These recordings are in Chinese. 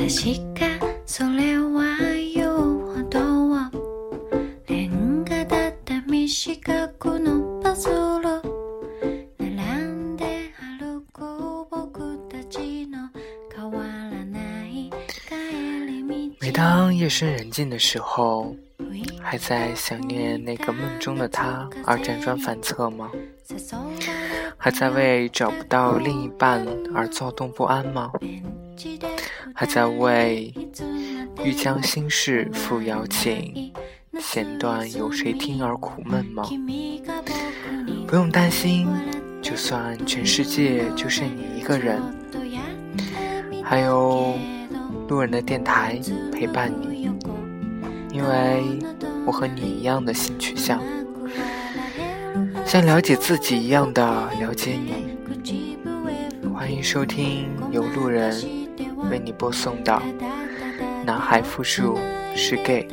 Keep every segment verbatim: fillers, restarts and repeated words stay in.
確かそれは言うほどレンガだった未四角のパズル並んで歩く僕たちの変わらない帰り道。 每当夜深人静的时候，还在想念那个梦中的他而辗转反侧吗？还在为找不到另一半而躁动不安吗？还在为欲将心事付邀请，弦断有谁听而苦闷吗？不用担心，就算全世界就剩你一个人，还有路人的电台陪伴你，因为我和你一样的性取向，像了解自己一样的了解你。欢迎收听由路人为你播送的男孩复数是 gay。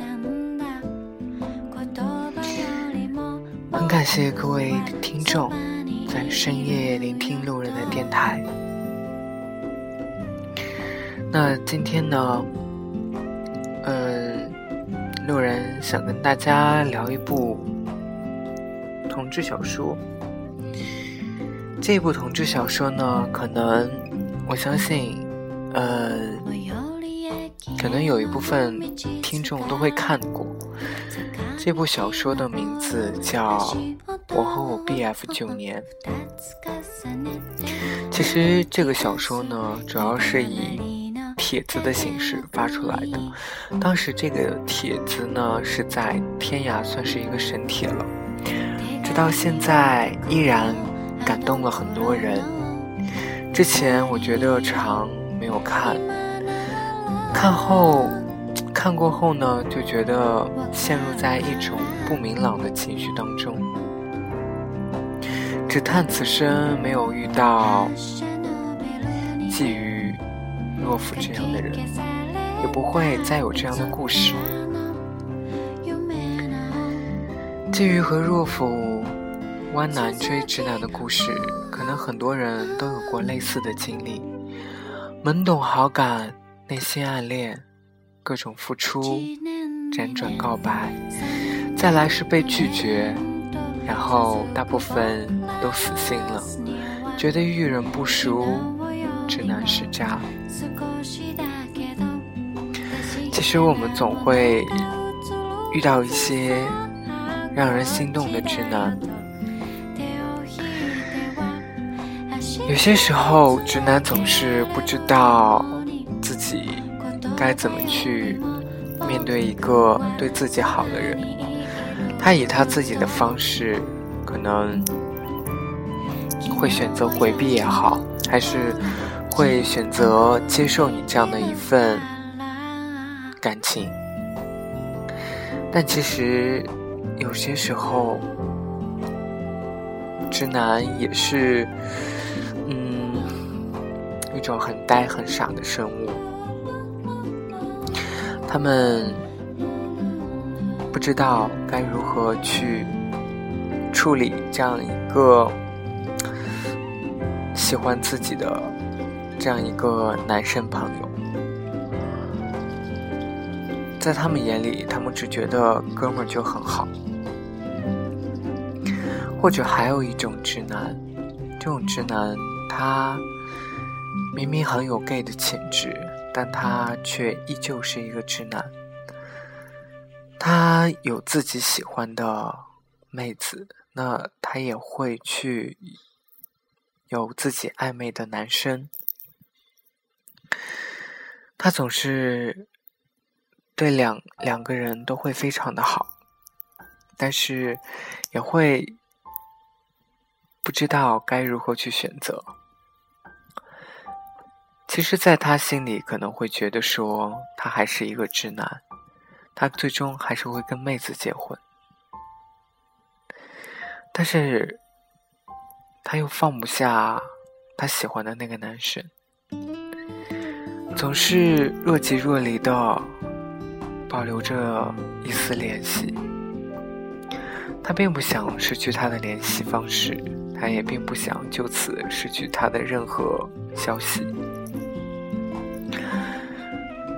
很感谢各位听众在深夜聆听路人的电台。那今天呢嗯，路人想跟大家聊一部同志小说。这部同志小说呢，可能我相信呃，可能有一部分听众都会看过。这部小说的名字叫《我和我 B F 九年》。其实这个小说呢，主要是以帖子的形式发出来的。当时这个帖子呢，是在天涯算是一个神帖了，直到现在依然感动了很多人。之前我觉得长没有看，看后看过后呢，就觉得陷入在一种不明朗的情绪当中，只叹此生没有遇到觊觎若甫这样的人，也不会再有这样的故事。觊觎和若甫弯男追直男的故事，可能很多人都有过类似的经历。懵懂好感，内心暗恋，各种付出，辗转告白，再来是被拒绝，然后大部分都死心了，觉得遇人不淑，直男是渣。其实我们总会遇到一些让人心动的直男，有些时候直男总是不知道自己该怎么去面对一个对自己好的人，他以他自己的方式，可能会选择回避也好，还是会选择接受你这样的一份感情。但其实有些时候直男也是嗯一种很呆很傻的生物，他们不知道该如何去处理这样一个喜欢自己的这样一个男生朋友。在他们眼里，他们只觉得哥们儿就很好。或者还有一种直男，这种直男他明明很有 gay 的潜质，但他却依旧是一个直男。他有自己喜欢的妹子，那他也会去有自己暧昧的男生。他总是对两两个人都会非常的好，但是也会不知道该如何去选择。其实在他心里可能会觉得说他还是一个直男，他最终还是会跟妹子结婚，但是他又放不下他喜欢的那个男生，总是若即若离的保留着一丝联系。他并不想失去他的联系方式，他也并不想就此失去他的任何消息。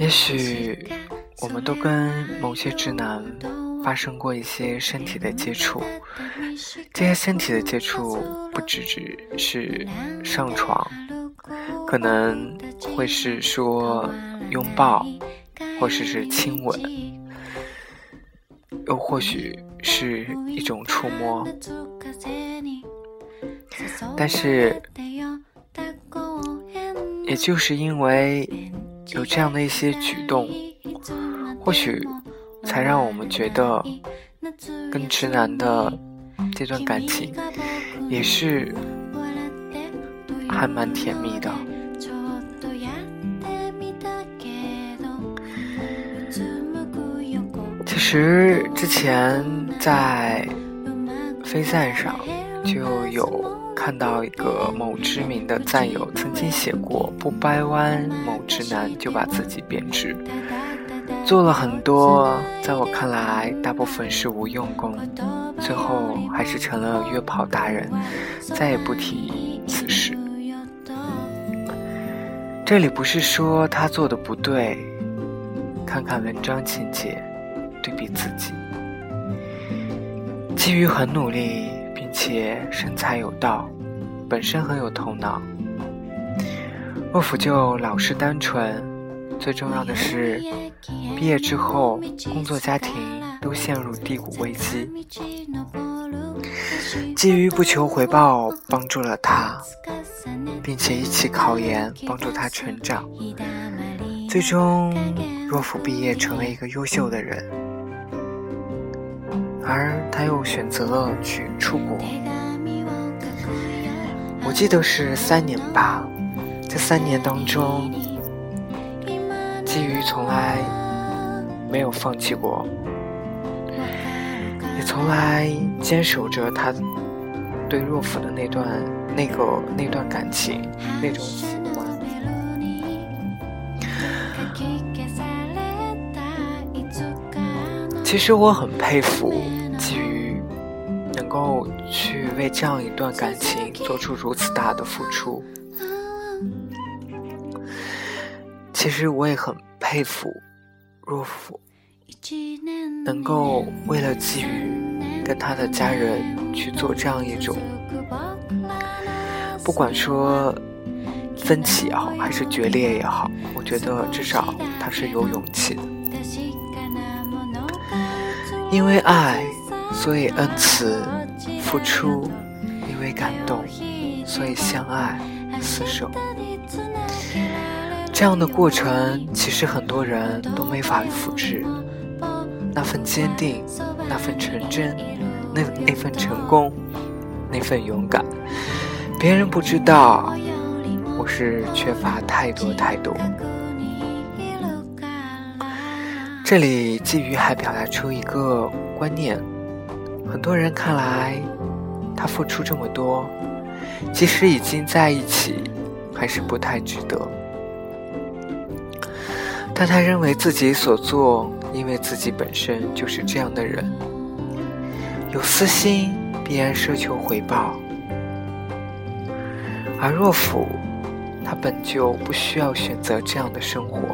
也许我们都跟某些直男发生过一些身体的接触，这些身体的接触不只只是上床，可能会是说拥抱，或是是亲吻，又或许是一种触摸。但是也就是因为有这样的一些举动，或许才让我们觉得跟直男的这段感情也是还蛮甜蜜的。其实之前在飞赞上就有看到一个某知名的赞友曾经写过，不掰弯某直男就把自己贬值，做了很多在我看来大部分是无用功，最后还是成了约炮达人，再也不提此事。这里不是说他做的不对，看看文章情节，对比自己。基于很努力并且身材有道，本身很有头脑，若甫就老实单纯，最重要的是毕业之后工作家庭都陷入低谷危机，基于不求回报帮助了他，并且一起考研帮助他成长，最终若甫毕业成为一个优秀的人，而他又选择了去出国，我记得是三年吧。这三年当中，基于从来没有放弃过，也从来坚守着他对若甫的那段那个那段感情，那种喜欢。其实我很佩服基于能够去为这样一段感情做出如此大的付出。其实我也很佩服若甫能够为了基于跟他的家人去做这样一种，不管说分歧也好还是决裂也好，我觉得至少他是有勇气的。因为爱所以恩慈付出，因为感动所以相爱厮守。这样的过程其实很多人都没法复制，那份坚定，那份纯真，那那份成功，那份勇敢，别人不知道，我是缺乏太多太多。这里基于还表达出一个观念，很多人看来他付出这么多，即使已经在一起还是不太值得，但他认为自己所做，因为自己本身就是这样的人，有私心必然奢求回报，而若甫他本就不需要选择这样的生活，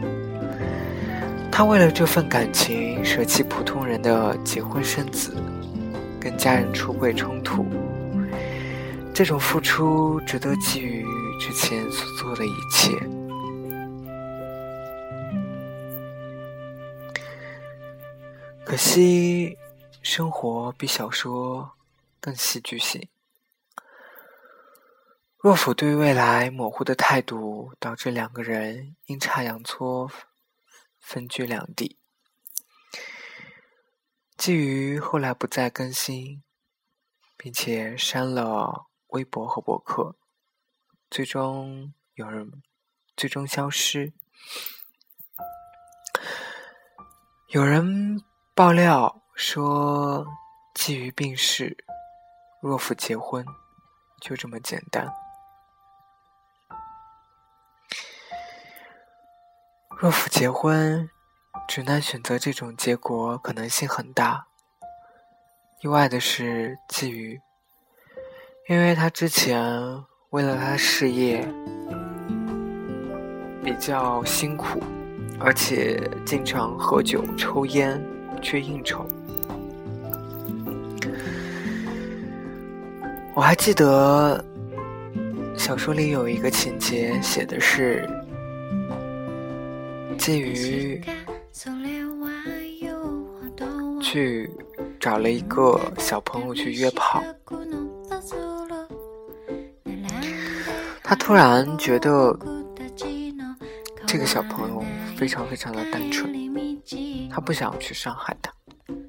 他为了这份感情舍弃普通人的结婚生子，跟家人出柜冲突，这种付出值得基于之前所做的一切。可惜生活比小说更戏剧性，若甫对未来模糊的态度，导致两个人阴差阳错分居两地。基于后来不再更新，并且删了微博和博客，最终有人最终消失。有人爆料说基于病逝，若甫结婚，就这么简单。若甫结婚，直男选择这种结果可能性很大。意外的是基于，因为他之前为了他事业比较辛苦， 而且经常喝酒抽烟去应酬。我还记得小说里有一个情节写的是基于去找了一个小朋友去约炮，他突然觉得这个小朋友非常非常的单纯，他不想去伤害他，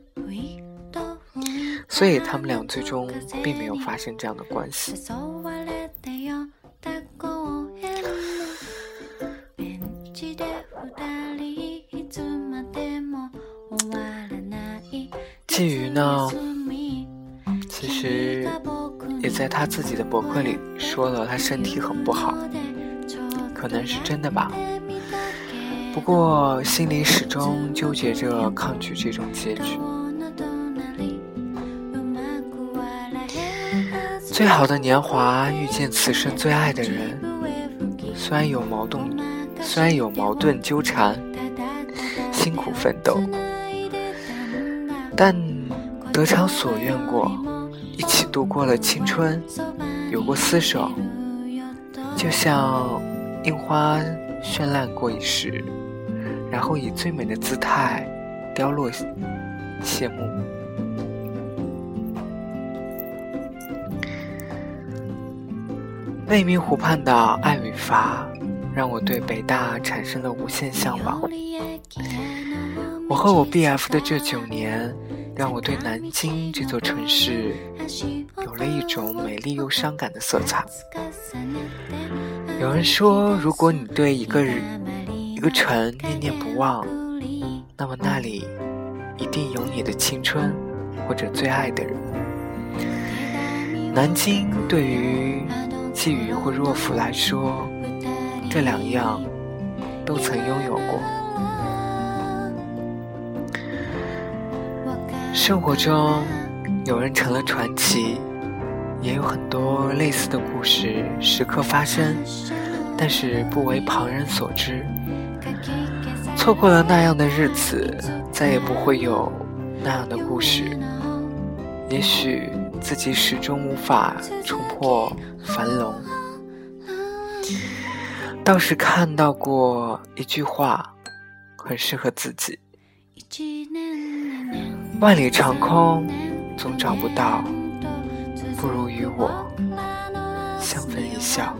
所以他们俩最终并没有发生这样的关系。基于呢，其实也在他自己的博客里说了他身体很不好，可能是真的吧，不过心里始终纠结着抗拒这种结局。最好的年华遇见此生最爱的人，虽然有矛盾虽然有矛盾纠缠，辛苦奋斗，但得偿所愿过，一起度过了青春，有过厮守，就像樱花绚烂过一时，然后以最美的姿态凋落谢幕。未名湖畔的爱与罚，让我对北大产生了无限向往。我和我 B F 的这九年，让我对南京这座城市有了一种美丽又伤感的色彩。有人说，如果你对一个人一个城念念不忘，那么那里一定有你的青春或者最爱的人。南京对于季宇或若甫来说，这两样都曾拥有过。生活中有人成了传奇，也有很多类似的故事时刻发生，但是不为旁人所知。错过了那样的日子，再也不会有那样的故事。也许自己始终无法冲破樊笼。倒是看到过一句话，很适合自己：万里长空总找不到，不如与我相分一笑。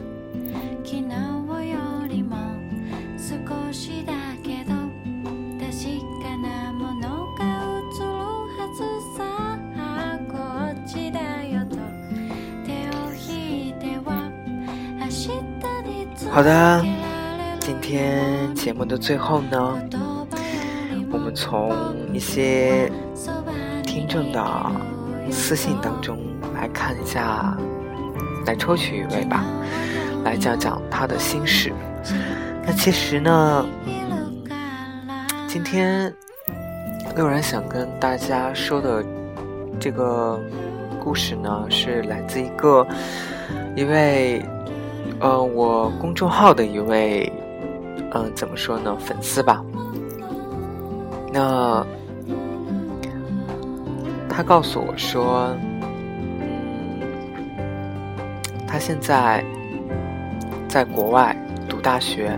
好的，今天节目的最后呢，我们从一些听众的私信当中来看一下，来抽取一位吧，来讲讲他的心事。那其实呢，嗯，今天六人想跟大家说的这个故事呢，是来自一个一位呃，我公众号的一位，嗯、呃，怎么说呢，粉丝吧。那他告诉我说，嗯，他现在在国外读大学。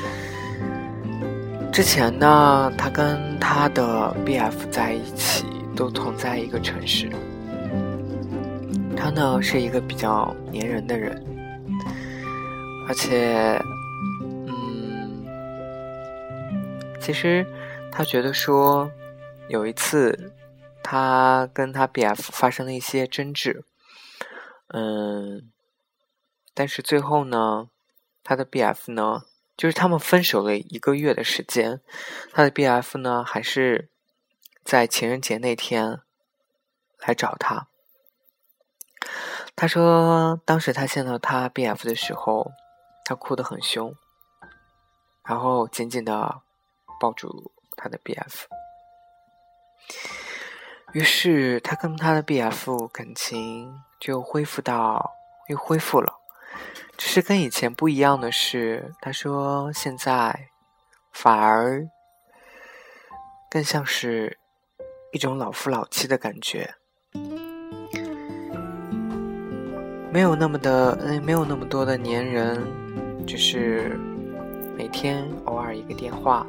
之前呢，他跟他的 B F 在一起，都同在一个城市。他呢是一个比较粘人的人。而且嗯，其实他觉得说有一次他跟他 B F 发生了一些争执，嗯，但是最后呢，他的 B F 呢，就是他们分手了一个月的时间，他的 B F 呢还是在情人节那天来找他。他说当时他见到他 B F 的时候，他哭得很凶，然后紧紧地抱住他的 B F。 于是他跟他的 B F 感情就恢复到又恢复了。只是跟以前不一样的是，他说现在反而更像是一种老夫老妻的感觉，没有那么的，嗯，没有那么多的粘人，只是每天偶尔一个电话，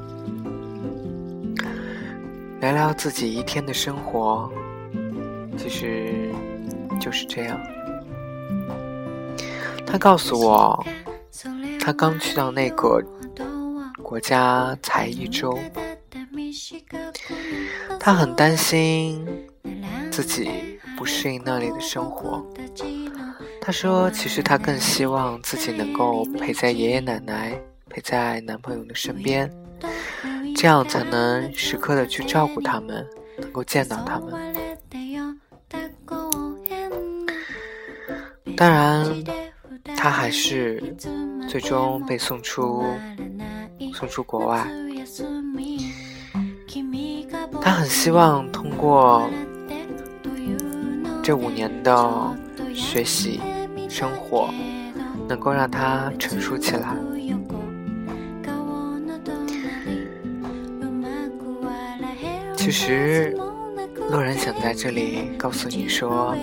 聊聊自己一天的生活，其实就是这样。他告诉我，他刚去到那个国家才一周，他很担心自己不适应那里的生活。他说其实他更希望自己能够陪在爷爷奶奶，陪在男朋友的身边，这样才能时刻的去照顾他们，能够见到他们。当然他还是最终被送出送出国外。他很希望通过这五年的学习生活能够让他成熟起来。其实路人想在这里告诉你说，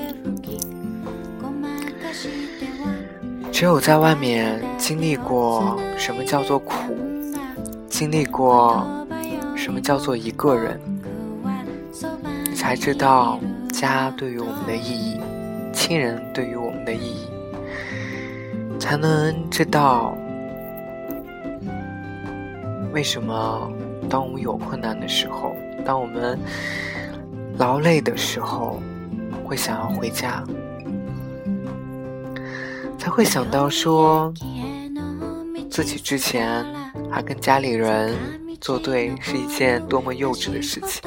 只有在外面经历过什么叫做苦，经历过什么叫做一个人，你才知道家对于我们的意义，亲人对于我们的意义，才能知道为什么当我们有困难的时候，当我们劳累的时候，会想要回家，才会想到说自己之前还跟家里人作对是一件多么幼稚的事情。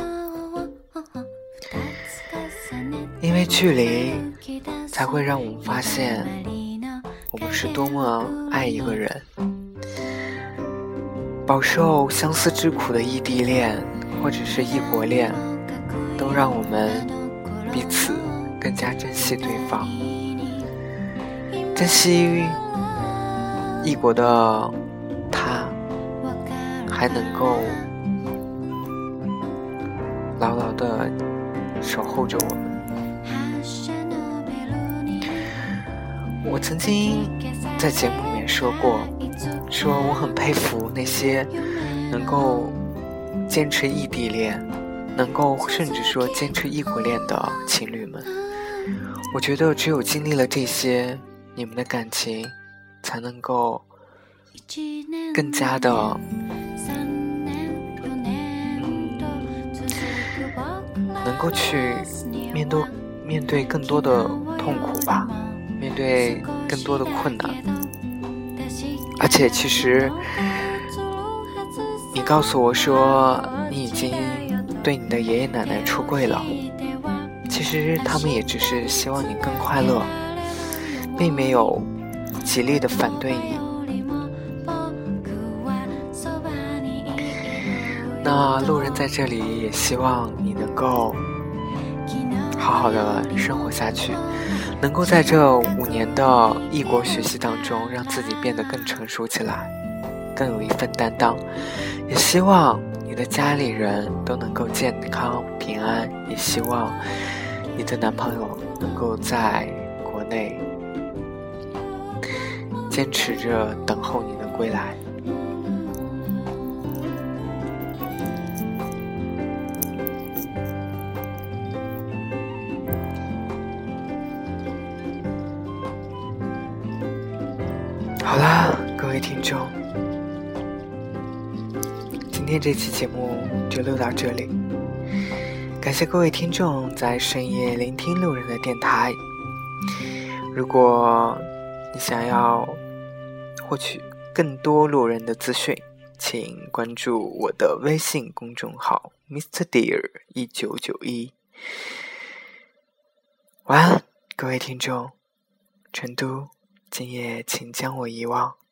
因为距离才会让我们发现我们是多么爱一个人。饱受相思之苦的异地恋或者是异国恋，都让我们彼此更加珍惜对方，珍惜异国的他还能够牢牢地守候着我们。我曾经在节目里面说过，说我很佩服那些能够坚持异地恋，能够甚至说坚持异国恋的情侣们。我觉得只有经历了这些，你们的感情才能够更加的能够去面对面对更多的痛苦吧，面对更多的困难。而且其实你告诉我说你已经对你的爷爷奶奶出柜了，其实他们也只是希望你更快乐，并没有极力的反对你。那路人在这里也希望你能够好好的生活下去，能够在这五年的异国学习当中让自己变得更成熟起来，更有一份担当。也希望你的家里人都能够健康平安，也希望你的男朋友能够在国内坚持着等候你的归来。好啦，各位听众，今天这期节目就录到这里。感谢各位听众在深夜聆听路人的电台。如果你想要获取更多路人的资讯，请关注我的微信公众号 Mister Dear 一九九一。晚安，各位听众。成都，今夜请将我遗忘。